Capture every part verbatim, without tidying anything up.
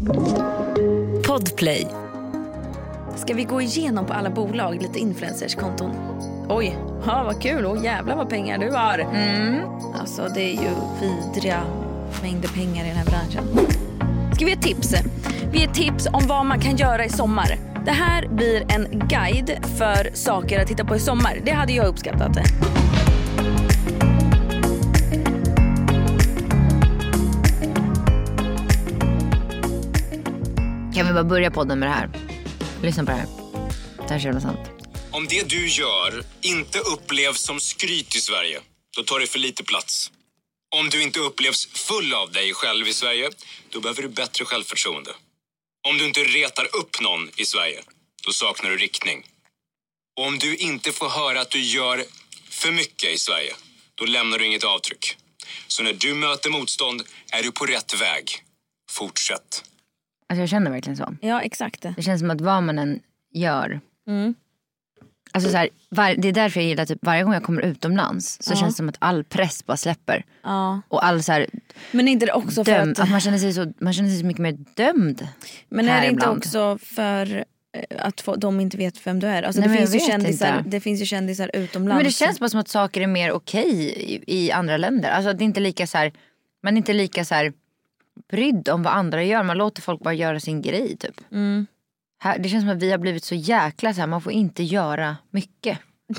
Podplay. Ska vi gå igenom på alla bolag lite influencerskonton? Oj, ja, vad kul. Och jävla vad pengar du har. Mm. Alltså det är ju vidriga mängder pengar i den här branschen. Ska vi ge tips? Vi ger tips om vad man kan göra i sommar. Det här blir en guide för saker att titta på i sommar. Det hade jag uppskattat. Kan vi bara börja podden med det här? Lyssna på det här. Det här är sant. Om det du gör inte upplevs som skryt i Sverige, då tar det för lite plats. Om du inte upplevs full av dig själv i Sverige, då behöver du bättre självförtroende. Om du inte retar upp någon i Sverige, då saknar du riktning. Och om du inte får höra att du gör för mycket i Sverige, då lämnar du inget avtryck. Så när du möter motstånd är du på rätt väg. Fortsätt. Alltså jag känner verkligen så. Ja, exakt. Det känns som att vad man än gör. Mm. Alltså så här, var, det är därför jag gillar typ varje gång jag kommer utomlands så ja. känns det som att all press bara släpper. Ja. Och all så här, men är inte det också för döm, att... att man känner sig så man känner sig så mycket mer dömd. Men är det inte ibland. också för att få, de inte vet vem du är? Alltså Nej, det, men finns ju jag vet kändisar, inte. det finns ju kändisar utomlands. Men det känns bara som att saker är mer okej i, i andra länder. Alltså det är inte lika så här, man är inte lika så här brydd om vad andra gör. Man låter folk bara göra sin grej typ. Mm. Här, det känns som att vi har blivit så jäkla så här, man får inte göra mycket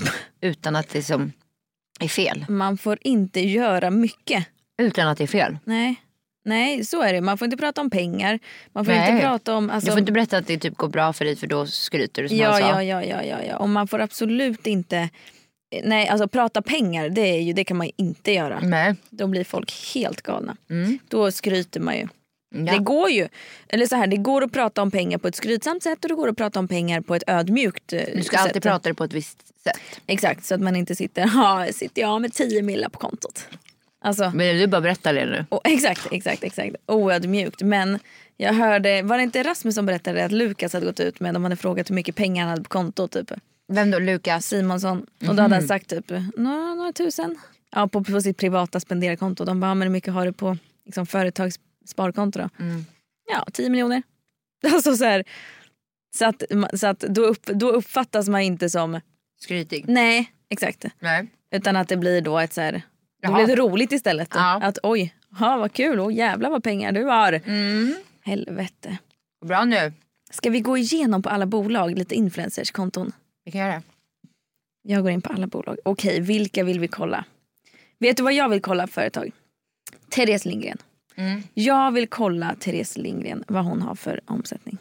utan att det som är fel. Man får inte göra mycket. Utan att det är fel. Nej. Nej, så är det. Man får inte prata om pengar. Man får Nej. inte prata om... Alltså... Du får inte berätta att det typ går bra för dig för då skryter du som ja, han sa. ja, ja, ja, ja, ja. Och man får absolut inte... Nej, alltså prata pengar, det, är ju, det kan man ju inte göra. Nej. Då blir folk helt galna. Mm. Då skryter man ju. Ja. Det går ju, eller så här, det går att prata om pengar på ett skrytsamt sätt och det går att prata om pengar på ett ödmjukt sätt. Du ska alltid prata det på ett visst sätt. Exakt, så att man inte sitter, ja, sitter jag med tio millar på kontot. Alltså, Men du bara berättar det nu. och, exakt, exakt, exakt. Oödmjukt. Men jag hörde, var det inte Rasmus som berättade att Lukas hade gått ut med, de hade frågat hur mycket pengar han hade på kontot typ. Vem då? Lukas? Simonsson. Och då hade han sagt typ några, några tusen. Ja, på, på sitt privata spenderkonto. De bara, men hur mycket har du på liksom, företags sparkonto då? Mm. Ja, tio miljoner. Alltså så här. Så att, så att då, upp, då uppfattas man inte som... Skrytig. Nej, exakt. Nej. Utan att det blir då ett så här... Det Jaha. blir det roligt istället. Ja. Att oj, ha, vad kul. Oh, jävlar vad pengar du har. Mm. Helvete. Bra nu. Ska vi gå igenom på alla bolag lite influencerskonton? Vi kan göra det. Jag går in på alla bolag. Okej, vilka vill vi kolla? Vet du vad jag vill kolla för företag? Therese Lindgren. Mm. Jag vill kolla Therese Lindgren, vad hon har för omsättning.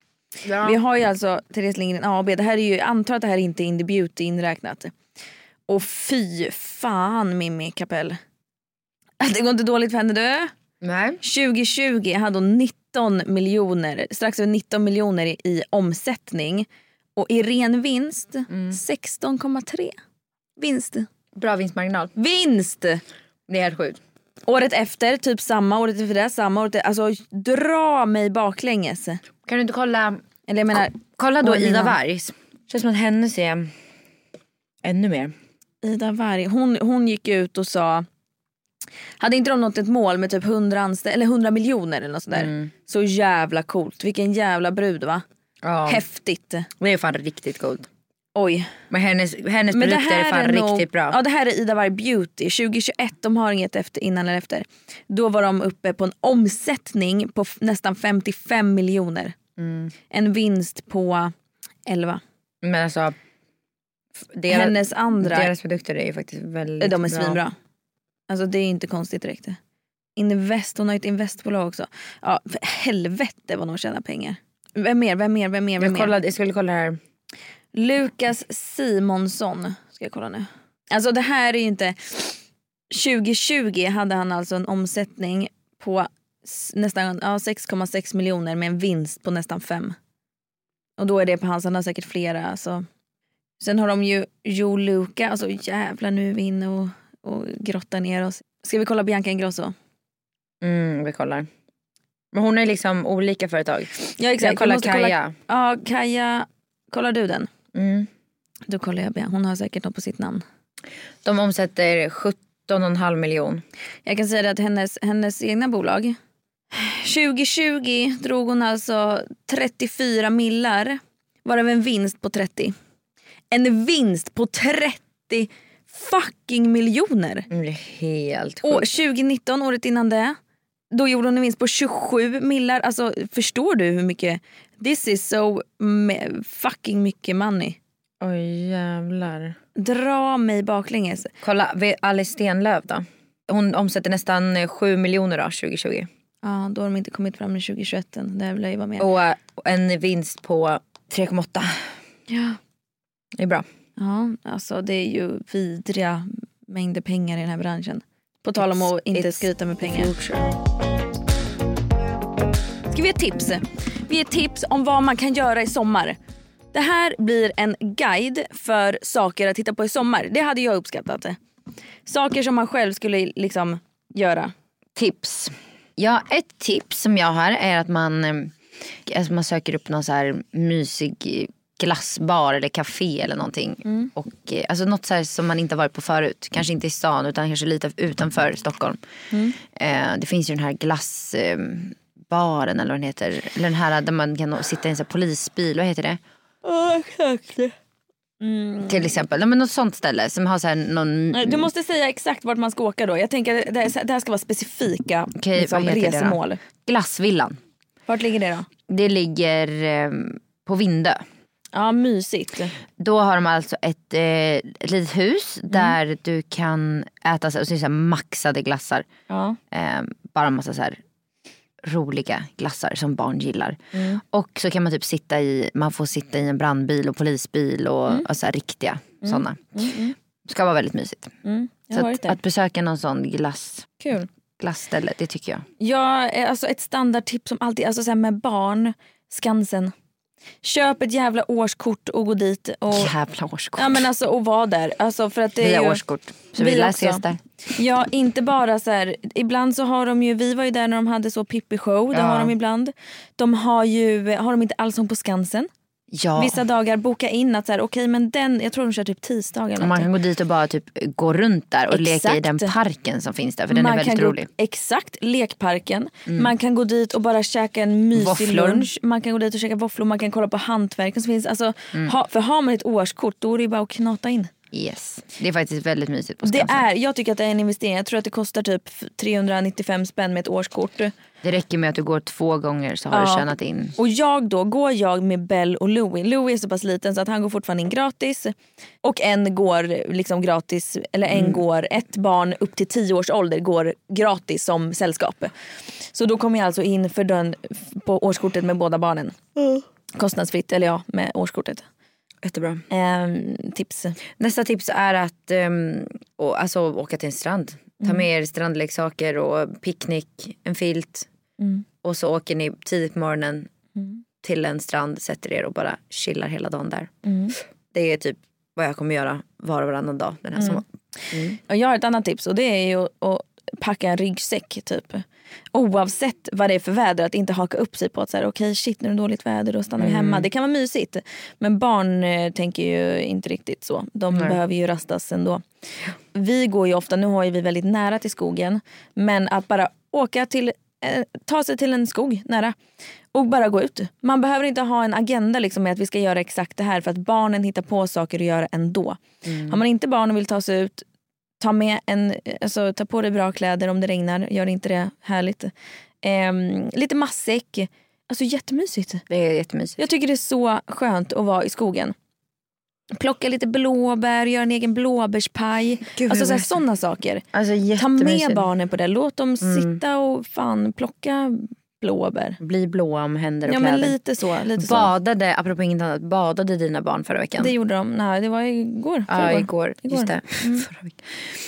Ja. Vi har ju alltså Therese Lindgren A B. Det här är ju, jag antar att det här inte är Indie Beauty inräknat. Och fy fan Mimmi Kapell. Det går inte dåligt för henne du. Nej. tjugo tjugo hade hon nitton miljoner, strax över nitton miljoner i, i omsättning. Och i ren vinst, Mm. sexton komma tre. Vinst. Bra vinstmarginal. Vinst! Det är helt sjukt. Året efter, typ samma, året efter det, samma året efter, alltså dra mig baklänges. Kan du inte kolla... Eller jag menar, Kolla då Oj, Ida innan. Vargs. Känns som att hennes är ännu mer. Ida Varg, hon, hon gick ut och sa, hade inte de nått ett mål med typ hundra anställda eller hundra miljoner eller något sånt där. Mm. Så jävla coolt, vilken jävla brud va? Ja. Häftigt. Det är fan riktigt coolt. Oj. Men hennes, hennes Men det produkter är här fan är nog, riktigt bra. ja det här är Ida Varg Beauty tjugo tjugoett, de har inget efter, innan eller efter. Då var de uppe på en omsättning på f- nästan femtiofem miljoner. Mm. En vinst på elva. Men alltså deras, Hennes andra, deras produkter är ju faktiskt väldigt de är bra. svinbra. Alltså det är inte konstigt direkt. Invest, hon har ett investbolag också. Ja, för helvete vad de tjänar pengar. Vem mer, vem mer, vem mer, vem Jag, mer? kollade, jag skulle kolla här. Lukas Simonsson ska jag kolla nu. Alltså det här är ju inte... tjugo tjugo hade han alltså en omsättning på s- nästan ja, sex komma sex miljoner med en vinst på nästan fem. Och då är det på hans, han har säkert flera. Alltså. Sen har de ju Jo Luca, alltså jävlar nu är vi inne och, och grottar ner oss. Ska vi kolla Bianca Ingrosso? Mm, vi kollar. Men hon är liksom olika företag. Ja exakt. Jag kollar måste Kaja. Kolla, ja Kaja, kollar du den? Mm. Då kollar jag Bianca, hon har säkert något på sitt namn. De omsätter sjutton komma fem miljon. Jag kan säga att hennes, hennes egna bolag tjugo tjugo drog hon alltså trettiofyra millar, varav en vinst på trettio. En vinst på trettio fucking miljoner. Det är helt Och sjukt. tjugo nitton, året innan det, då gjorde hon en vinst på tjugosju millar. Alltså förstår du hur mycket? This is so me- fucking mycket money. Oj jävlar. Dra mig baklänges. Kolla, Alice Stenlöf då. Hon omsätter nästan sju miljoner då, tjugo tjugo. Ja, då har de inte kommit fram med tjugo tjugoett. Det vill jag ju vara med. Och en vinst på tre komma åtta. Ja. Det är bra. Ja, alltså det är ju vidriga mängder pengar i den här branschen. På tal om It's- att inte it's skryta med pengar. future. Ska vi ge tips? Vi ger tips om vad man kan göra i sommar. Det här blir en guide för saker att titta på i sommar. Det hade jag uppskattat. Saker som man själv skulle liksom göra. Tips. Ja, ett tips som jag har är att man, eh, alltså man söker upp någon så här mysig glassbar eller café eller någonting. Mm. Och, eh, alltså något så här som man inte har varit på förut. Kanske inte i stan utan kanske lite utanför Stockholm. Mm. Eh, det finns ju den här glassbaren eller vad den heter. Eller den här där man kan sitta i en så här polisbil. Vad heter det? Ja, exakt. Mm. Till exempel. Ja, men något sånt ställe som har så här någon... Du måste säga exakt vart man ska åka då. Jag tänker att det här, det här ska vara specifika Okej, liksom, vad heter det då? resemål. Glassvillan. Vart ligger det då? Det ligger eh, på Vindö. Ja, mysigt. Då har de alltså ett, eh, ett litet hus där du kan äta så, så, så här maxade glassar. Ja. Eh, bara en massa så här roliga glassar som barn gillar. Mm. Och så kan man typ sitta i, man får sitta i en brandbil och polisbil och, Mm. och så här riktiga Mm. sådana. Mm, mm, Ska vara väldigt mysigt. mm. Jag Så har varit att, där. att besöka någon sån glass, Kul. glassställe, det tycker jag. Ja, eh, alltså ett standardtips som alltid, alltså så här med barn, Skansen. Köp ett jävla årskort och gå dit och Jävla årskort. ja men alltså och vara där. Alltså för att det Via är ju, årskort. Så vi vi lär också. ses där. ja, inte bara så här, ibland så har de ju, vi var ju där när de hade så Pippi show, det Ja. har de ibland. De har ju, har de inte Allsång på Skansen? Ja. Vissa dagar boka in att så här, okej men den, jag tror de kör typ tisdagar eller Man något. kan gå dit och bara typ gå runt där och leka i Exakt. den parken som finns där. För den Man är väldigt kan gå, rolig. exakt, lekparken. Man kan gå dit och bara käka en mysig Våfflor. lunch. Man kan gå dit och käka våfflor. Man kan kolla på hantverken som finns. Alltså, ha, för har man ett årskort då är det bara att knata in. Yes. Det är faktiskt väldigt mysigt på Det Skansen. är, jag tycker att det är en investering. Jag tror att det kostar typ trehundranittiofem spänn med ett årskort. Det räcker med att du går två gånger så har Ja. du tjänat in. Och jag då, går jag med Bell och Louie. Louie är så pass liten så att han går fortfarande in gratis. Och en går liksom gratis, eller en går, ett barn upp till tio års ålder går gratis som sällskap. Så då kommer jag alltså in för den på årskortet med båda barnen. Kostnadsfritt, eller ja, med årskortet. Jättebra. Ehm, tips. Nästa tips är att um, och, alltså, åka till en strand. Ta med er strandleksaker och picknick, en filt. Mm. Och så åker ni tidigt på morgonen Mm. till en strand, sätter er och bara chillar hela dagen där. Mm. Det är typ vad jag kommer göra var och varannan dag den här Mm. sommaren. Mm. Och jag har ett annat tips och det är ju att packa en ryggsäck typ. Oavsett vad det är för väder, att inte haka upp sig på att så här, okej shit nu är det dåligt väder då stannar vi hemma. Det kan vara mysigt. Men barn eh, tänker ju inte riktigt så. De Nej. behöver ju rastas ändå. Vi går ju ofta, nu har ju vi väldigt nära till skogen. Men att bara åka till, eh, ta sig till en skog nära. Och bara gå ut. Man behöver inte ha en agenda liksom med att vi ska göra exakt det här. För att barnen hittar på saker att göra ändå. Har man inte barn och vill ta sig ut, ta med en, alltså ta på dig bra kläder om det regnar, gör inte det härligt. Ehm, lite matsäck, alltså jättemysigt. Det är jättemysigt. Jag tycker det är så skönt att vara i skogen. Plocka lite blåbär, göra en egen blåbärspaj. Gud, Alltså vad så här, mysigt. sådana saker. Alltså Ta med jättemysigt. barnen på det, låt dem sitta och fan plocka blåbär. Bli blåa om händer och Ja kläder. men lite så, lite så. Badade, apropå inget annat, badade dina barn förra veckan? Det gjorde de, nej det var igår. Ja, förrgår. igår. Igår. Just det. Förra veckan.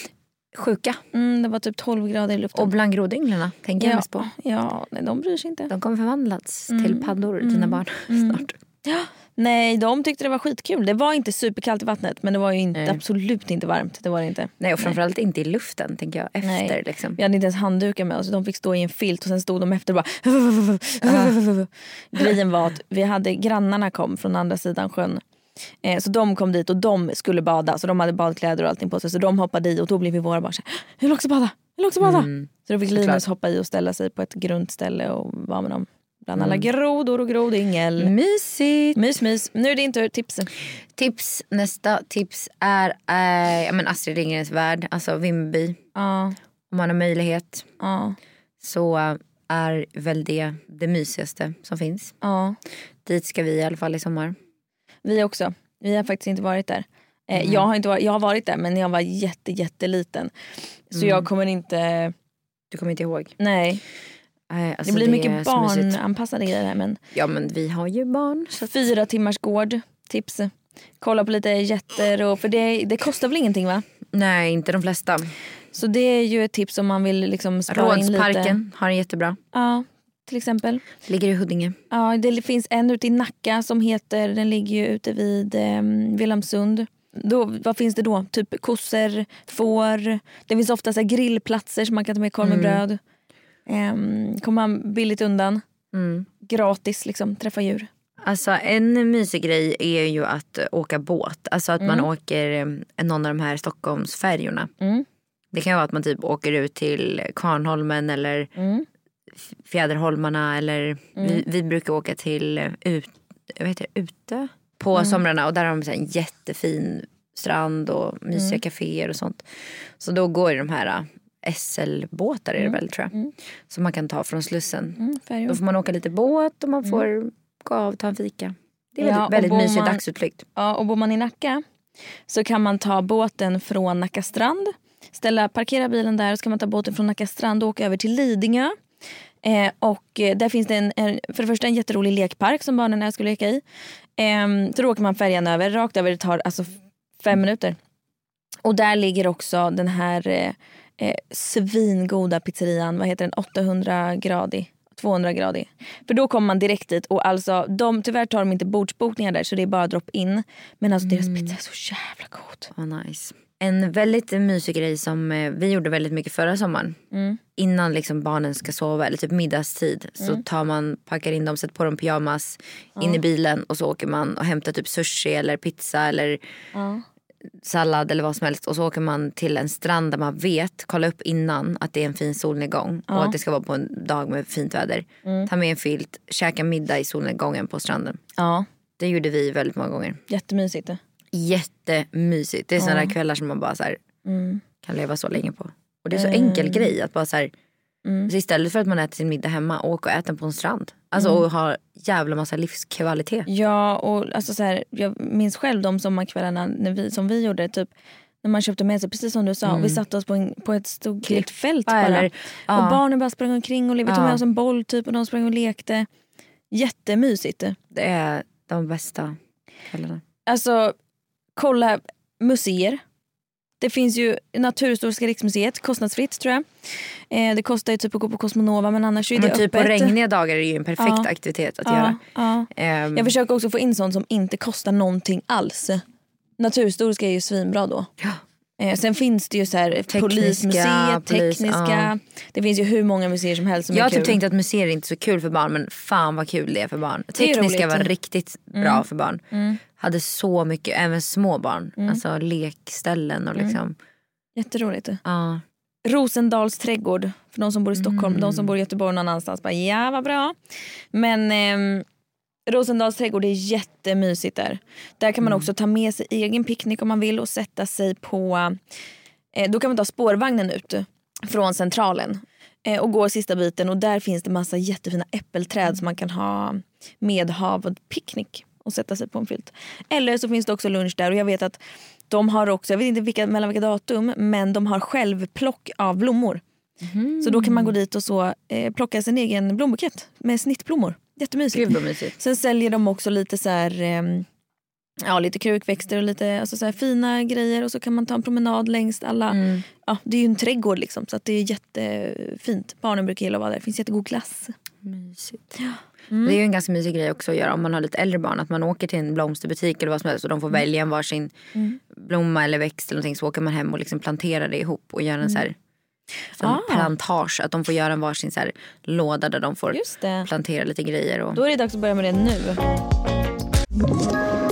Sjuka. Mm, det var typ tolv grader i luften. Och bland grodynglarna tänker jag ja, mest på. ja, nej, de bryr sig inte. De kommer förvandlats Mm. till paddor, dina Mm. barn, Mm. snart. Ja. Nej, de tyckte det var skitkul. Det var inte superkallt i vattnet, men det var ju inte, Nej. absolut inte varmt. Det var det inte. Nej, och framförallt inte i luften, tänker jag. Efter Nej. liksom. Vi hade inte ens handdukar med oss, så de fick stå i en filt och sen stod de efter och bara... Grejen var att vi hade, grannarna kom från andra sidan sjön. Eh, så de kom dit och de skulle bada, så de hade badkläder och allting på sig. Så de hoppade i och då blev vi våra bara så här, jag vill också bada, vill också bada. Mm. Så då fick Såklart. Linus hoppa i och ställa sig på ett grunt ställe och vara med dem. Bland alla Mm. grodor och grodyngel. Mysigt. Mys, mys. Nu är det din tur. Tips. Tips, nästa tips är äh, ja, men Astrid Lindgrens värld, alltså Vimmerby. Ja. Om man har möjlighet Ja. så är väl det det mysigaste som finns. Ja. Dit ska vi i alla fall i sommar. Vi också. Vi har faktiskt inte varit där. Eh, Mm. jag, har inte varit, jag har varit där men jag var jätte, jätteliten. Så Mm. jag kommer inte... Du kommer inte ihåg? Nej. Äh, alltså Det blir mycket är så mysigt. barnanpassade grejer här. Men Ja men vi har ju barn. Så att... fyra timmars gård. Tips. Kolla på lite jätter. Och, för det, det kostar väl ingenting va? Nej, inte de flesta. Så det är ju ett tips om man vill liksom spara in lite. Rådsparken har en jättebra. Ja, till exempel. Ligger i Huddinge. Ja, det finns en ute i Nacka som heter, den ligger ju ute vid eh, Vilhelmsund. Då, vad finns det då? Typ kossor, får. Det finns ofta så här grillplatser som man kan ta med korv med Mm. bröd. Ehm, kommer man billigt undan. Mm. Gratis liksom, träffa djur. Alltså en mysig grej är ju att åka båt. Alltså att man Mm. åker eh, någon av de här Stockholmsfärjorna. Mm. Det kan ju vara att man typ åker ut till Kvarnholmen eller Mm. Fjäderholmarna. Eller Mm. vi, vi brukar åka till uh, ut, jag vet inte, ute på Mm. somrarna. Och där har de så här en jättefin strand och mysiga Mm. kaféer och sånt. Så då går ju de här uh, S L-båtar är det Mm. väl tror jag. Mm. Som man kan ta från Slussen. Mm, färjor. Då får man åka lite båt och man Mm. får gå av och ta en fika. Det är Ja, väldigt, och väldigt bor mysig man- dagsutflykt. Ja, och bor man i Nacka så kan man ta båten från Nacka strand. Ställa, parkera bilen där och så kan man ta båten från Nacka strand och åka över till Lidingö. Eh, och eh, där finns det en, en, för det första en jätterolig lekpark som barnen älskar att leka i. Eh, så då åker man färjan över, rakt över, det tar alltså fem minuter. Och där ligger också den här eh, eh, svingoda pizzerian, vad heter den, åttahundra gradig. tvåhundra gradig. För då kommer man direkt dit och alltså, de, tyvärr tar de inte bordsbokningar där så det är bara drop in. Men alltså deras pizza är så jävla god. Vad nice. En väldigt mysig grej som eh, vi gjorde väldigt mycket förra sommaren. Mm. Innan liksom barnen ska sova eller typ middagstid. Så tar man, packar in dem, sätter på dem pyjamas in i bilen. Och så åker man och hämtar typ sushi eller pizza eller Ja. sallad eller vad som helst. Och så åker man till en strand där man vet, kolla upp innan att det är en fin solnedgång. Ja. Och att det ska vara på en dag med fint väder. Ta med en filt, käka middag i solnedgången på stranden. Ja, Det gjorde vi väldigt många gånger. jättemysigt. Jättemysigt. Det är sådana Ja. där kvällar som man bara så här, Mm. kan leva så länge på. Och det är så Mm. enkel grej att bara så här, Mm. så istället för att man äter sin middag hemma, åka och äta på en strand. Alltså Mm. och ha jävla massa livskvalitet. Ja, och alltså så här, jag minns själv de sommarkvällarna när vi, som vi gjorde, typ när man köpte med sig, precis som du sa, Mm. vi satte oss på, en, på ett stort grillfält Ja, bara. eller- ja. Och barnen bara sprang omkring och le- vi tog Ja. med oss en boll typ och de sprang och lekte. Jättemysigt. Det är de bästa kvällarna. Alltså, kolla museer. Det finns ju Naturhistoriska riksmuseet, kostnadsfritt tror jag. Eh, det kostar ju typ att gå på Cosmonova men annars är det Men typ på öppet. regniga dagar är det ju en perfekt Ja. aktivitet att Ja, göra. ja. Ehm, Jag försöker också få in sånt som inte kostar någonting alls. Naturhistoriska är ju svinbra då. ja. Eh, sen finns det ju så här Tekniska, polismuseet, polis, tekniska. Det finns ju hur många museer som helst som Jag är har kul. typ tänkt att museer är inte så kul för barn, men fan vad kul det är för barn. är Tekniska roligt. var riktigt bra för barn. Hade så mycket, även små barn. Alltså lekställen och liksom. Jätteroligt. Ja. Rosendals trädgård för de som bor i Stockholm. Mm. De som bor i Göteborg någon annanstans bara, ja vad bra. Men ehm, Rosendals trädgård är jättemysigt där. Där kan man Mm. också ta med sig egen picknick om man vill och sätta sig på, eh, då kan man ta spårvagnen ut från centralen eh, och gå sista biten och där finns det massa jättefina äppelträd som man kan ha medhavad picknick och sätta sig på en filt. Eller så finns det också lunch där och jag vet att de har också, jag vet inte vilka, mellan vilka datum, men de har självplock av blommor. Mm. Så då kan man gå dit och så eh, plocka sin egen blombukett med snittblommor. Jättemysigt. Gud vad mysigt. Sen säljer de också lite så här, eh, ja, lite krukväxter och lite alltså så här fina grejer och så kan man ta en promenad längs alla. Mm. Ja, det är ju en trädgård liksom så att det är jättefint. Barnen brukar gilla att vara där. Det finns jättegod glass. Mysigt. Det är ju en ganska mysig grej också att göra om man har lite äldre barn. Att man åker till en blomsterbutik eller vad som helst och de får välja en varsin Mm. blomma eller växt eller någonting. Så åker man hem och liksom planterar det ihop och gör en så här som Ah. plantage. Att de får göra en varsin så här låda där de får Just det. plantera lite grejer. Och... Då är det dags att börja med det nu.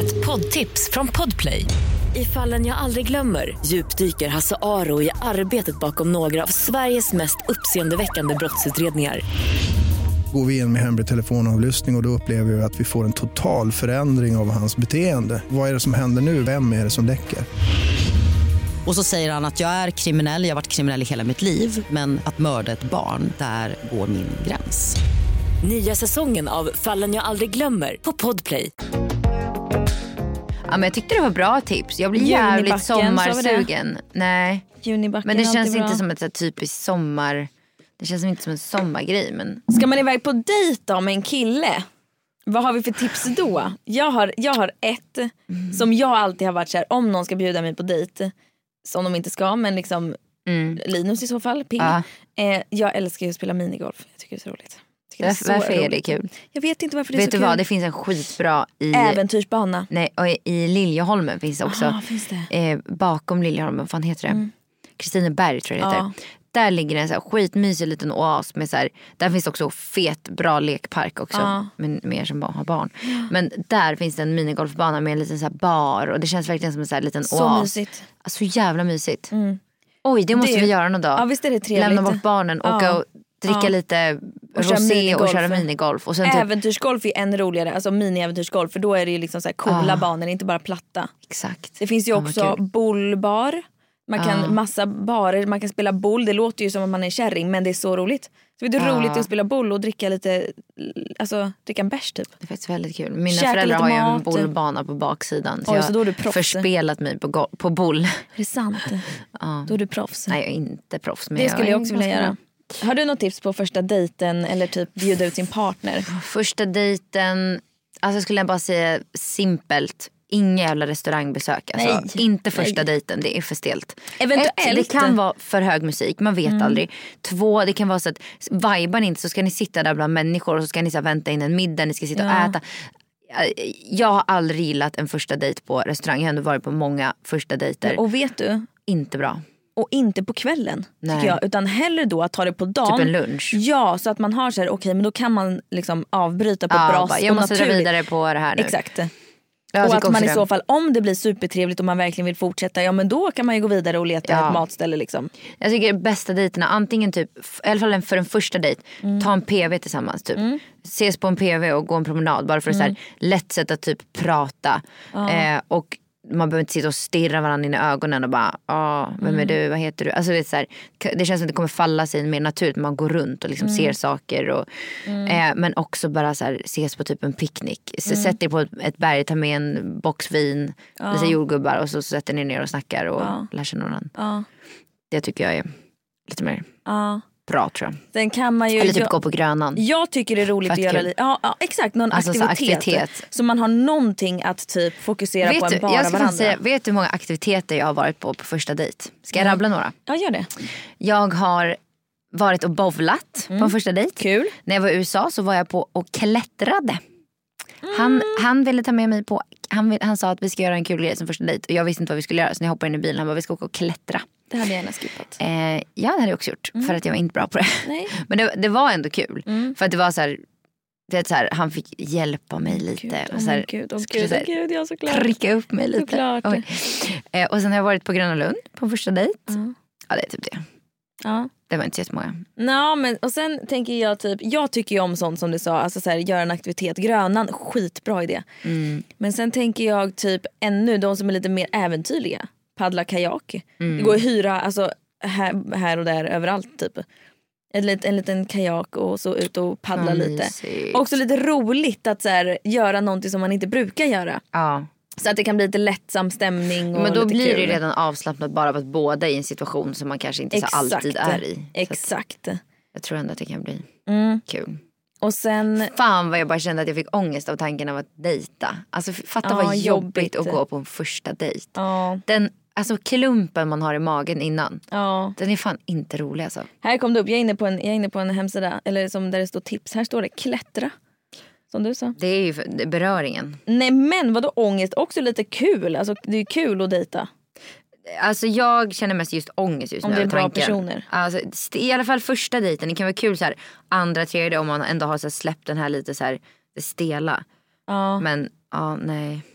Ett poddtips från Podplay. I Fallen jag aldrig glömmer djupdyker Hasse Aro i arbetet bakom några av Sveriges mest uppseendeväckande brottsutredningar. Går vi in med hemlig telefonavlyssning och, och då upplever vi att vi får en total förändring av hans beteende. Vad är det som händer nu? Vem är det som läcker? Och så säger han att jag är kriminell, jag har varit kriminell i hela mitt liv. Men att mörda ett barn, där går min gräns. Nya säsongen av Fallen jag aldrig glömmer på Podplay. Ja, men jag tyckte det var bra tips. Jag blir jävligt sommarsugen. Nej. Junibacken, men det känns inte bra. som ett så här typiskt sommar. Det känns inte som en sommargrej. Men... Ska man iväg på dejt då med en kille? Vad har vi för tips då? Jag har, jag har ett mm. som jag alltid har varit så här, om någon ska bjuda mig på dejt, som de inte ska, men liksom mm. Linus i så fall, ping. Ja. Eh, jag älskar ju att spela minigolf. Jag tycker det är så roligt. Varför, det är, varför är det kul? Jag vet inte varför det är vet så kul. Vet du vad, det finns en skitbra i... Äventyrsbana. Nej, och i, i Liljeholmen finns det också. Aha, finns det? Eh, bakom Liljeholmen, vad fan heter det? Kristineberg tror jag det heter. Ja. Där ligger en så här skitmysig liten oas med så här, där finns också fet bra lekpark också, ja. Men mer som har barn. Ja. Men där finns det en minigolfbana med en liten så här bar och det känns verkligen som en så här liten så oas. Mysigt. Så jävla mysigt. Mm. Oj, det måste det... vi göra någon dag. Ja, visst är det trevligt. Lämna bort barnen, åka ja. och dricka ja. lite och rosé och köra minigolf. Och sen typ... Äventyrsgolf är ännu roligare, alltså mini-äventyrsgolf, för då är det ju liksom så här coola ah. banor, inte bara platta. Exakt. Det finns ju också bollbar. Man kan ah. massa barer, man kan spela boll. Det låter ju som att man är kärring, men det är så roligt. Så det är ah. roligt att spela boll och dricka lite, alltså dricka en bärs typ. Det är faktiskt väldigt kul. Mina Käka föräldrar har ju en mat. bollbana på baksidan. Så Oj, jag så då är du proffs. Förspelat mig på, go- på boll. Är det sant? ah. Då är du proffs. Nej, jag är inte proffs. Men det skulle jag, jag också vilja göra. göra. Har du något tips på första dejten eller typ bjuda ut sin partner? Första dejten, alltså skulle jag bara säga simpelt. Inga jävla restaurangbesök. Alltså, nej, inte första nej. dejten, det är för stelt. Eventuellt. Ett, det kan vara för hög musik, man vet mm. aldrig. Två, det kan vara så att vibar ni inte så ska ni sitta där bland människor och så ska ni så vänta in en middag, ni ska sitta ja. och äta. Jag har aldrig gillat en första dejt på restaurang. Jag har ändå varit på många första dejter. Och vet du? Inte bra. Och inte på kvällen, nej. tycker jag. Utan hellre då att ta det på dagen. Typ en lunch. Ja, så att man har så här, okej, okay, men då kan man liksom avbryta på ja, ett bra sätt. Jag måste dra vidare på det här nu. Exakt. Och att man i så fall, om det blir supertrevligt och man verkligen vill fortsätta, ja men då kan man ju gå vidare och leta ja. ett matställe liksom. Jag tycker bästa dejterna, antingen typ, i alla fall för en första dejt, mm. ta en P V tillsammans typ. Mm. Ses på en P V och gå en promenad, bara för att mm. så här, lätt sätt att typ prata. Ja. Eh, och man behöver inte sitta och stirra varandra in i ögonen och bara, ah, vem mm. är du, vad heter du? Alltså det, är så här, det känns som att det kommer falla sig mer naturligt. Man går runt och liksom mm. ser saker. Och, mm. eh, men också bara så här, ses på typ en picknick. Mm. Sätt er på ett, ett berg, ta med en box vin, ja. lite jordgubbar och så, så sätter ni ner och snackar och ja. lär sig någon. Ja. Det tycker jag är lite mer... Ja. bra tror jag. Sen kan man ju, eller typ jag, gå på Grönan. Jag tycker det är roligt Fett att göra lite, ja, ja exakt, någon alltså, aktivitet, så aktivitet. Så man har någonting att typ fokusera vet på du, än bara jag ska varandra. Säga, vet du hur många aktiviteter jag har varit på på första dejt? Ska jag mm. rabbla några? Ja, gör det. Jag har varit och bowlat mm. på en första dejt. Kul. När jag var i U S A så var jag på och klättrade. Mm. Han, han ville ta med mig på, han, han sa att vi ska göra en kul grej som första dejt. Och jag visste inte vad vi skulle göra, så när jag hoppade in i bilen han bara, vi ska åka och klättra. Det hade jag gärna skippat. Eh, ja, det hade jag också gjort. Mm. För att jag var inte bra på det. Nej. Men det, det var ändå kul. Mm. För att det var så här, vet, så här, han fick hjälpa mig lite. Gud, och så här, oh gud, oh gud, oh gud, ja, såklart. Pricka upp mig lite. Såklart. Eh, och sen har jag varit på Gröna Lund på första dejt. Mm. Ja, det är typ det. Ja. Det var inte så jättemånga. No, men, och sen tänker jag typ, jag tycker ju om sånt som du sa, alltså så här, göra en aktivitet. Grönan, skitbra idé. Mm. Men sen tänker jag typ ännu de som är lite mer äventyrliga. Paddla kajak. Mm. Det går att hyra alltså, här, här och där överallt typ. En, lit, en liten kajak och så ut och paddla mm, lite. Också lite roligt att så här, göra någonting som man inte brukar göra. Ja. Så att det kan bli lite lättsam stämning och men då lite blir kul. Det ju redan avslappnat bara av att båda är i en situation som man kanske inte så alltid är i. Exakt. Jag tror ändå att det kan bli mm. kul. Och sen... Fan vad jag bara kände att jag fick ångest av tanken av att dejta. Alltså fatta ja, vad jobbigt, jobbigt att gå på en första dejt. Ja. Den, alltså klumpen man har i magen innan. Ja. Den är fan inte rolig alltså. Här kom det upp, jag är inne på en, jag är inne på en hemsida eller som där det står tips. Här står det klättra. Som du sa. Det är ju för, det är beröringen. Nej men vadå ångest? Också lite kul. Alltså det är ju kul att dejta. Alltså jag känner mest just ångest just om nu. Om det är bra tanken. personer. Alltså, i alla fall första dejten. Det kan vara kul så här, andra, tredje om man ändå har så här, släppt den här lite så här stela. Ja. Men ja, nej.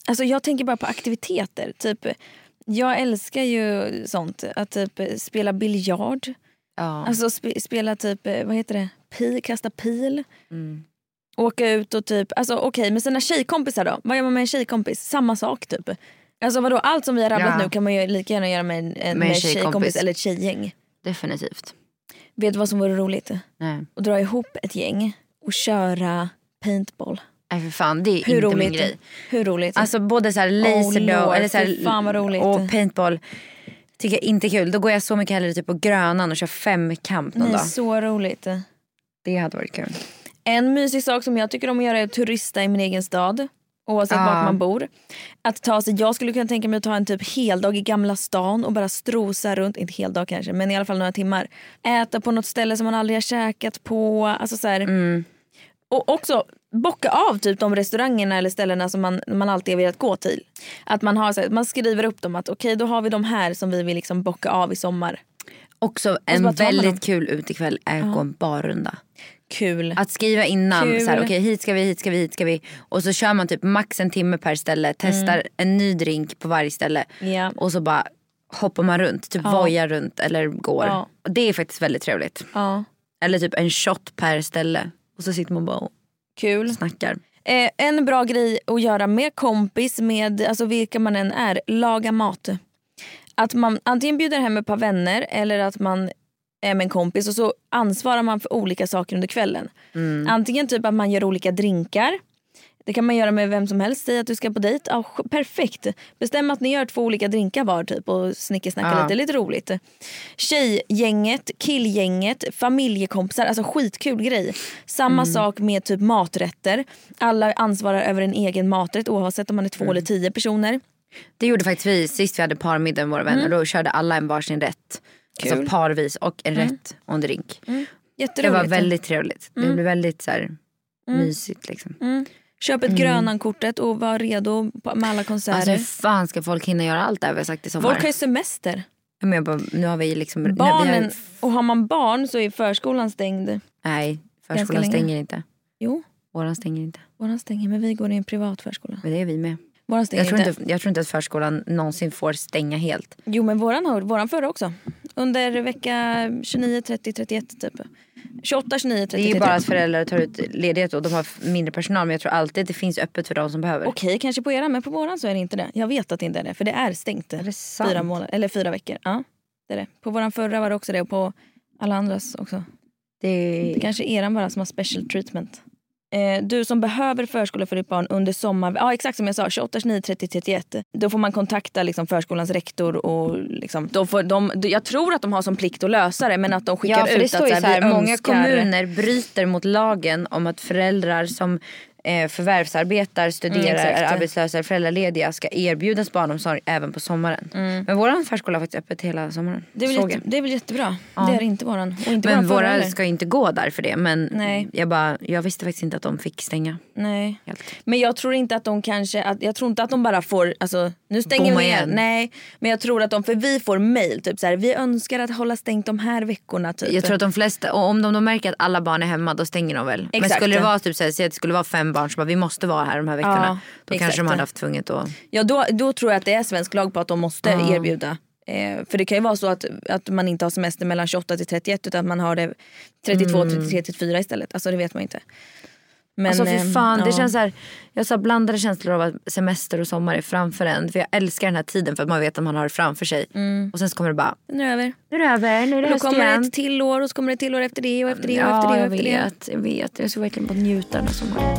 Alltså jag tänker bara på aktiviteter. Typ, jag älskar ju sånt. Att typ spela biljard. Ja. Alltså sp- spela typ, vad heter det? Pil, kasta pil. Mm. Åka ut och typ, alltså okej, okay, med sina tjejkompisar då? Vad gör man med en tjejkompis? Samma sak typ. Alltså vadå, allt som vi har rabblat Ja. nu kan man ju lika gärna göra med en, en Med med tjejkompis. tjejkompis eller ett tjejgäng. Definitivt. Vet du vad som vore roligt? Nej. Att dra ihop ett gäng och köra paintball. Nej för fan, det är Hur inte roligt? min grej. Hur roligt? Alltså både så här laser Oh, då, Lord, eller så fy fan vad här, roligt. och paintball tycker jag inte är kul. Då går jag så mycket hellre typ på Grönan och kör femkamp någon Nej, dag. så roligt. Det hade varit kul. En mysig sak som jag tycker om att göra är att turista i min egen stad. Oavsett Ja. vart man bor. Att ta sig, jag skulle kunna tänka mig att ta en typ heldag i Gamla stan och bara strosa runt, inte heldag kanske, men i alla fall några timmar. Äta på något ställe som man aldrig har käkat på. Alltså så här. Mm. Och också bocka av typ de restaurangerna eller ställena som man, man alltid har velat gå till. Att man, har, så här, man skriver upp dem att okej, okay, då har vi de här som vi vill liksom bocka av i sommar. Också så en bara tar man dem. väldigt kul utekväll är att gå en barrunda. Kul. Att skriva innan, Kul. så här, okej hit ska vi, hit ska vi, hit ska vi. Och så kör man typ max en timme per ställe. Testar Mm. en ny drink på varje ställe. Ja. Och så bara hoppar man runt, typ Ja. vojar runt eller går. Ja. Och det är faktiskt väldigt trevligt. Ja. Eller typ en shot per ställe. Och så sitter man bara och Kul. snackar. Eh, en bra grej att göra med kompis, med alltså vilka man än är, laga mat. Att man antingen bjuder hem ett par vänner eller att man är med en kompis och så ansvarar man för olika saker under kvällen. Mm. Antingen typ att man gör olika drinkar. Det kan man göra med vem som helst. Säg att du ska på dejt. Ja, perfekt. Bestäm att ni gör två olika drinkar var typ och snickesnacka Ja. lite. Lite roligt. Tjejgänget, killgänget, familjekompisar. Alltså skitkul grej. Samma Mm. sak med typ maträtter. Alla ansvarar över en egen maträtt oavsett om man är två Mm. eller tio personer. Det gjorde faktiskt vi sist vi hade parmiddag med våra vänner. Då körde alla en varsin rätt. Kul. Alltså parvis och en rätt och en drink. Det Jätteroligt. var väldigt trevligt. Det blev väldigt så här, mysigt liksom. Mm. Köp ett Grönan-kortet och var redo på- med alla konserter. Alltså hur fan ska folk hinna göra allt det här vi har sagt i sommar? Folk har ju semester. Men jag bara, nu har vi liksom... nu- Barnen, vi har, och har man barn så är förskolan stängd. nej, Ganska förskolan länge. stänger inte. Jo, Våran stänger inte. våran stänger, men vi går i en privat förskola. Men det är vi med. Våran stänger Jag tror inte. inte, jag tror inte att förskolan någonsin får stänga helt. Jo, men våran har våran förra också. Under vecka tjugonio, trettio, trettioett typ. tjugoåtta, tjugonio, trettio, Det är ju bara trettioett. att föräldrar tar ut ledighet och de har mindre personal. Men jag tror alltid att det finns öppet för de som behöver. Okej, kanske på era, men på våran så är det inte det. Jag vet att det inte är det, för det är stängt. Är det sant? Fyra månader, eller fyra veckor. Ja, det är det. På våran förra var det också det och på alla andras också. Det Det kanske är eran bara som har special treatment. Eh, du som behöver förskola för ditt barn under sommar, ja exakt som jag sa, tjugoåtta, tjugonio, trettio, trettioett. Då får man kontakta liksom förskolans rektor och liksom, då får de, jag tror att de har som plikt att lösa det, men att de skickar ja, för ut det att står ju så så här, här, vi många önskar- kommuner bryter mot lagen om att föräldrar som eh, förvärvsarbetar, studerar, Mm, exakt. är arbetslösa eller föräldralediga ska erbjudas barnomsorg även på sommaren. Mm. Men våran förskola har faktiskt öppet hela sommaren. Det är, väl Såg jätte, jag. det är väl jättebra. Ja. Det är inte våran. Och inte Men våran förra våra heller. ska inte gå där för det. Men Nej. jag, bara, jag visste faktiskt inte att de fick stänga. Nej. Helt. Men jag tror inte att de kanske, att, jag tror inte att de bara får, alltså nu stänger Bomma vi ner. igen. Nej, men jag tror att de, för vi får mail typ så här, vi önskar att hålla stängt de här veckorna typ. Jag tror att de flesta, och om de då märker att alla barn är hemma, då stänger de väl. Men Exakt. skulle det vara typ så här, säg att det skulle vara fem barn som bara, vi måste vara här de här veckorna. Ja, då exakt. kanske de hade haft tvunget att... Ja, då, då tror jag att det är svensk lag på att de måste Ja. erbjuda. Eh, för det kan ju vara så att, att man inte har semester mellan tjugoåtta till trettioett utan att man har det trettiotvå, trettiotre, trettiofyra istället. Alltså det vet man inte. Men, Alltså eh, för fan, det ja. känns så här, jag sa blandade känslor av att semester och sommar är framför en. För jag älskar den här tiden för att man vet att man har det framför sig. Och sen så kommer det bara, Nu är det över. nu är det över, nu är det Då höst kommer det igen. ett till år och så kommer det ett till år efter det och efter det och Ja, efter det och jag efter det. vet, jag vet. Jag ska verkligen bara njuta den här sommaren.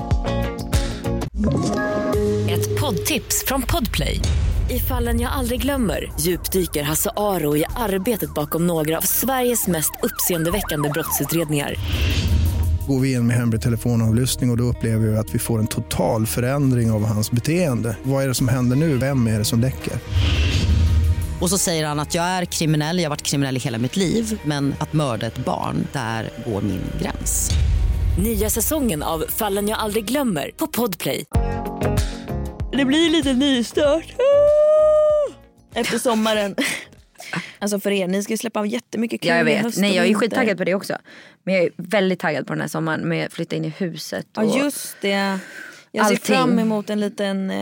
Ett poddtips från Podplay. I Fallen jag aldrig glömmer djupdyker Hasse Aro i arbetet bakom några av Sveriges mest uppseendeväckande brottsutredningar. Går vi in med hemlig telefonavlyssning och, och då upplever vi att vi får en total förändring av hans beteende. Vad är det som händer nu? Vem är det som läcker? Och så säger han att jag är kriminell, jag har varit kriminell i hela mitt liv. Men att mörda ett barn, där går min gräns. Nya säsongen av Fallen jag aldrig glömmer på Podplay. Det blir lite nystart. Efter sommaren. Alltså för er, ni ska ju släppa av jättemycket kul Ja, jag i vet. höst och Nej, jag är vinter. skittaggad på det också. Men jag är väldigt taggad på den här sommaren med att flytta in i huset. Och... Ja just det. Jag ser Allting. fram emot en liten eh,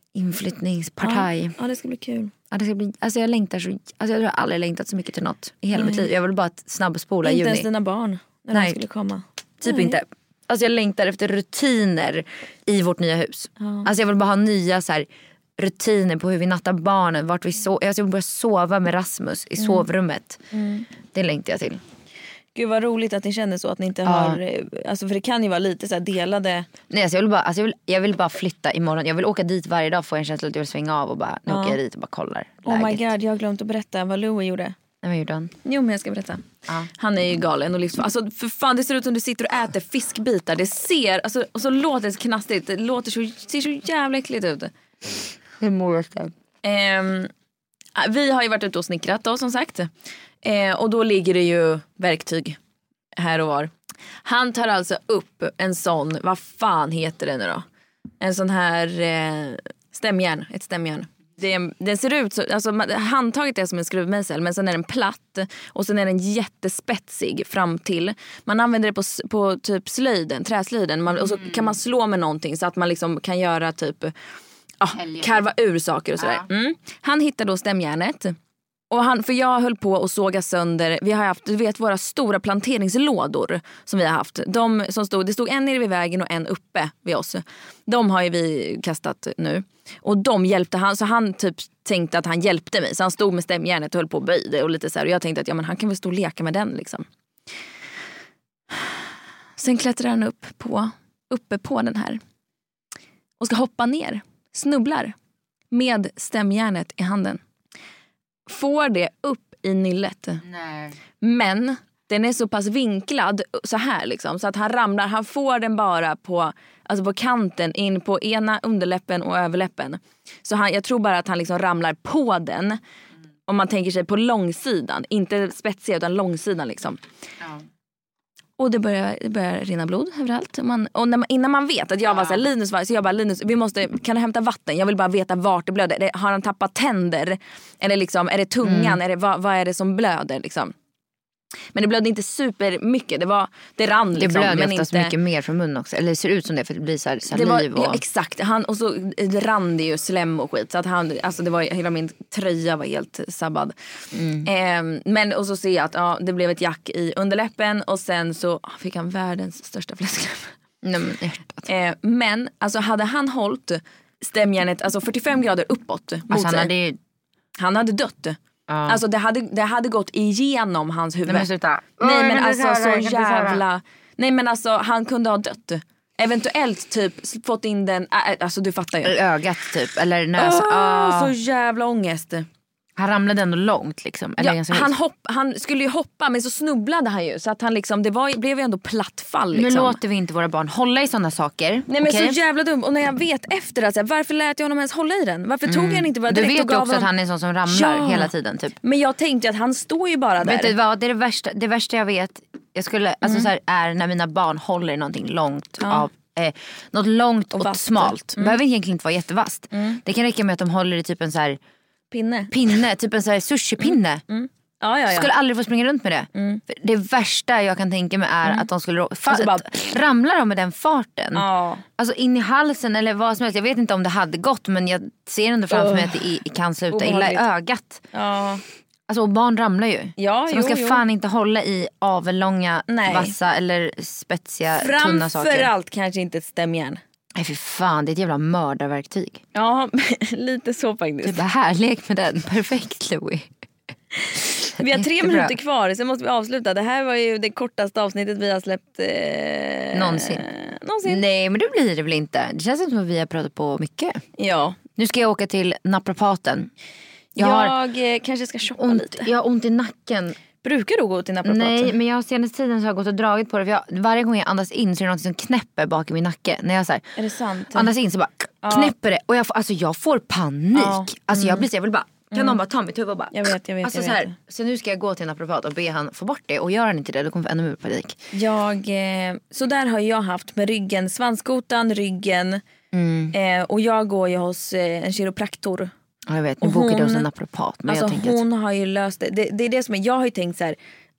inflyttningspartaj. Ja, ja, det ska bli kul. Ja, det ska bli, alltså jag längtar så, alltså jag tror jag aldrig längtat så mycket till något i hela Nej. mitt liv. Jag vill bara snabbspola Inte juni. ens dina barn när Nej. de skulle komma. Typ Nej. inte. Alltså jag längtar efter rutiner i vårt nya hus. Ja. Alltså jag vill bara ha nya så här, rutiner på hur vi nattar barnen. Vart vi so- alltså jag vill börja sova med Rasmus i mm. sovrummet. Mm. Det längtar jag till. Gud vad roligt att ni känner så, att ni inte ja. har, alltså för det kan ju vara lite så här delade. Nej, alltså jag vill bara, alltså jag vill, jag vill bara flytta imorgon. Jag vill åka dit varje dag, få en känsla att jag vill svänga av och bara, nu ja. åker jag dit och bara kollar läget. Oh my god, jag har glömt att berätta vad Louie gjorde. Nej, vad gjorde han? Jo, men jag ska berätta. Ja. Han är ju galen och livsfarlig. Alltså för fan, det ser ut som du sitter och äter fiskbitar. Det ser, alltså, och så låter det knastigt. Det låter så, ser så jävla äckligt ut. Hur mår jag ska? Um, vi har ju varit ute och snickrat då, som sagt. Uh, och då ligger det ju verktyg här och var. Han tar alltså upp en sån, vad fan heter det nu då? En sån här eh, stämjärn, ett stämjärn. Det, det ser ut så, alltså handtaget är som en skruvmejsel, men sen är den platt och sen är den jättespetsig fram till. Man använder det på, på typ slöjden, träslöjden, man, och så kan man slå med någonting så att man liksom kan göra typ, ah, karva ur saker och sådär. Mm. Han hittar då stämjärnet. Och han, för jag höll på att såga sönder, vi har haft, du vet, våra stora planteringslådor som vi har haft. De som stod, det stod en nere vid vägen och en uppe vid oss. De har ju vi kastat nu. Och de hjälpte han, så han typ tänkte att han hjälpte mig. Så han stod med stämjärnet och höll på och böjde och lite så här. Och jag tänkte att ja, men han kan väl stå och leka med den liksom. Sen klättrar han upp på, uppe på den här. Och ska hoppa ner. Snubblar. Med stämjärnet i handen. Får det upp i nyllet. Nej. Men den är så pass vinklad så här liksom, så att han ramlar, han får den bara på, alltså på kanten in på ena underläppen och överläppen. Så han, jag tror bara att han liksom ramlar på den. Mm. Om man tänker sig på långsidan, inte spetsiga utan långsidan liksom. Ja. Och det börjar, det börjar rinna blod överallt. Man, och när man, innan man vet att jag var så här, Linus var, så jag bara, Linus, vi måste, kan du hämta vatten? Jag vill bara veta vart det blöder. Det, har han tappat tänder? Eller liksom, är det tungan? Mm. Är det, vad, vad är det som blöder liksom? Men det blödde inte super mycket. Det var, det rann liksom. Det blödde men oftast inte mycket mer från munnen också. Eller det ser ut som det för det blir så här saliv. Det var, och... ja, exakt. Han, och så rann det ju slem och skit. Så att han, alltså det var, hela min tröja var helt sabbad. Mm. Eh, men och så ser jag att ja, det blev ett jack i underläppen. Och sen så fick han världens största fläskläpp. Nej, men, eh, men alltså hade han hållit stämjärnet alltså fyrtiofem grader uppåt mot alltså, han, sig, hade... han hade dött. Ja. Alltså det hade, det hade gått igenom hans huvud. Nej men sluta. Nej men alltså så jävla. Nej men alltså han kunde ha dött. Eventuellt typ fått in den. Äh, alltså du fattar ju. Ögat typ. Eller näsa. Oh, oh. Så jävla ångest. Han ramlade ändå långt liksom. Eller ja, han, hopp, han skulle ju hoppa men så snubblade han ju. Så att han liksom, det var, blev ju ändå plattfall liksom. Nu låter vi inte våra barn hålla i sådana saker. Nej men okay? Så jävla dumt. Och när jag vet efter att, varför lät jag honom ens hålla i den? Varför tog mm. jag inte bara direkt? Du vet ju också honom... att han är en sån som ramlar ja. hela tiden typ. Men jag tänkte att han står ju bara där. Vet du vad, det är det värsta, det värsta jag vet. Jag skulle, alltså mm. så här, är när mina barn håller i någonting långt ja. av eh, något långt och, och smalt. Mm. Behöver egentligen inte vara jättevast. Mm. Det kan räcka med att de håller i typ en så här pinne. Pinne, typ en sån här sushi-pinne. Mm. Mm. Ja, ja, ja. Skulle aldrig få springa runt med det. Mm. För det värsta jag kan tänka mig är mm. att de skulle fa- alltså bara, ramlar de med den farten. Ja. Alltså in i halsen eller vad som helst. Jag vet inte om det hade gått, men jag ser ändå framför mig att det i, kan sluta illa i ögat. Ja. Alltså och barn ramlar ju. Ja, så jo, man ska jo. fan inte hålla i avlånga, Nej. vassa eller spetsiga, tunna saker. Framförallt kanske inte ett stämjärn. Nej för fan, det är ett jävla mördarverktyg. Ja, lite så faktiskt. Det är bara här, lek med den. Perfekt Louie. Vi har tre Jättebra. minuter kvar, sen måste vi avsluta. Det här var ju det kortaste avsnittet vi har släppt eh... någonsin. någonsin. Nej men det blir det väl inte. Det känns som att vi har pratat på mycket. Ja. Nu ska jag åka till naprapaten. Jag, jag eh, kanske ska shoppa ont, lite. Jag har ont i nacken. Brukar du gå till naprapaten? Nej, men jag senaste tiden så har jag gått och dragit på det. För jag, varje gång jag andas in så är det något som knäpper bak i min nacke. När jag så här, är det sant? Andas in så bara ja. knäpper det. Och jag får, alltså, jag får panik. Ja. Alltså jag blir så jag vill bara, kan mm. någon bara ta mitt huvud och bara. Jag vet, jag vet, alltså, jag så, här, vet. Så nu ska jag gå till en naprapat och be han få bort det. Och gör han inte det, då kommer jag få ännu mer panik. Jag, eh, så där har jag haft med ryggen, svanskotan, ryggen. Mm. Eh, och jag går ju hos eh, en kiropraktor. Ja, jag vet, nu bokade jag hos en naprapat. Men alltså jag hon att... har ju löst det. det. Det är det som är, jag har ju tänkt så här.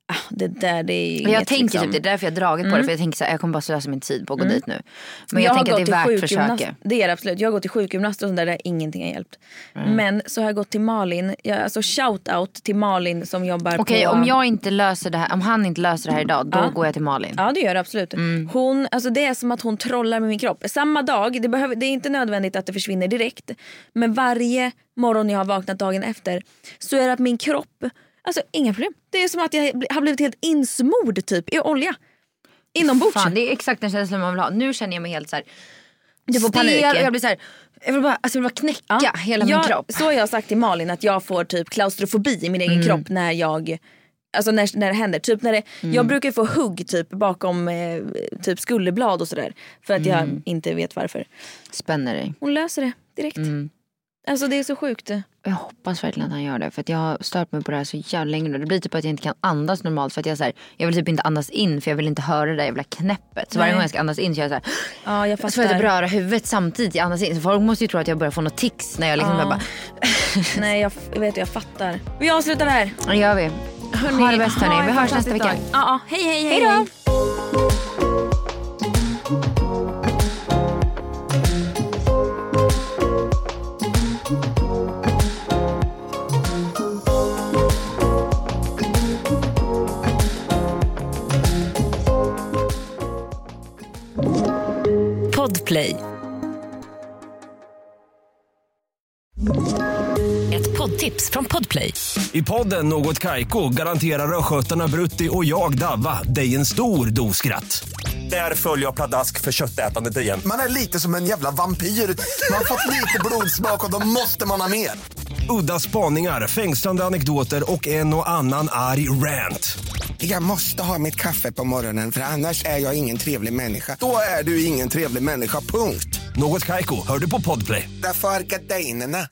det där det är jag inget, tänker liksom. typ, det är därför jag har dragit mm. på det. För jag tänker så här, jag kommer bara slösa min tid på att gå mm. dit nu. Men jag, jag tänker att det är värt försöket. Det är det absolut. Jag har gått till sjukgymnast och sånt där, där ingenting har hjälpt. Mm. Men så har jag gått till Malin. Jag, alltså shout out till Malin som jobbar okay, på... Okej, om jag inte löser det här, om han inte löser det här idag, då ja. går jag till Malin. Ja, det gör det absolut. Mm. Hon, alltså det är som att hon trollar med min kropp. Samma dag, det, behöver, det är inte nödvändigt att det försvinner direkt. Men varje morgon jag har vaknat dagen efter så är det att min kropp... Alltså inga problem. Det är som att jag har blivit helt insmord typ i olja. Inombords. Fan, det är exakt den känslan man vill ha. Nu känner jag mig helt så här. Du får panik. Och jag blir så här, jag vill bara, alltså jag vill bara knäcka ja. hela jag, min kropp. Så har jag sagt till Malin att jag får typ klaustrofobi i min egen mm. kropp när jag... Alltså när, när det händer. Typ när det, mm. Jag brukar få hugg typ bakom eh, typ skulderblad och sådär. För att mm. jag inte vet varför. Spänner dig. Hon löser det direkt. Mm. Alltså det är så sjukt. Jag hoppas verkligen att han gör det. För att jag har stört mig på det här så jävla länge nu. Det blir typ att jag inte kan andas normalt. För att jag, så här, jag vill typ inte andas in. För jag vill inte höra det där jävla knäppet. Så Nej. varje gång jag ska andas in så är jag så här. Ja, jag fattar. Så får jag typ röra huvudet samtidigt jag andas in. Så folk måste ju tro att jag börjar få något tics. När jag liksom ja. bara... Nej jag, jag vet, jag fattar. Vi avslutar det här. Ja, gör vi. Hörrni, ha det bäst hörni. Vi hörs nästa vecka. Ja, ja. Hej, hej, hej. Hej då. Podplay. Ett poddtips från Podplay. I podden Något Kaiko garanterar röskötarna Brutti och jag Davva dig en stor doskratt. Där följer jag pladask för köttätandet igen. Man är lite som en jävla vampyr. Man har fått lite blodsmak och då måste man ha mer. Udda spaningar, fängslande anekdoter och en och annan arg rant. Jag måste ha mitt kaffe på morgonen för annars är jag ingen trevlig människa. Då är du ingen trevlig människa, punkt. Något Kaiko, hör du på Podplay. Därför är gardinerna.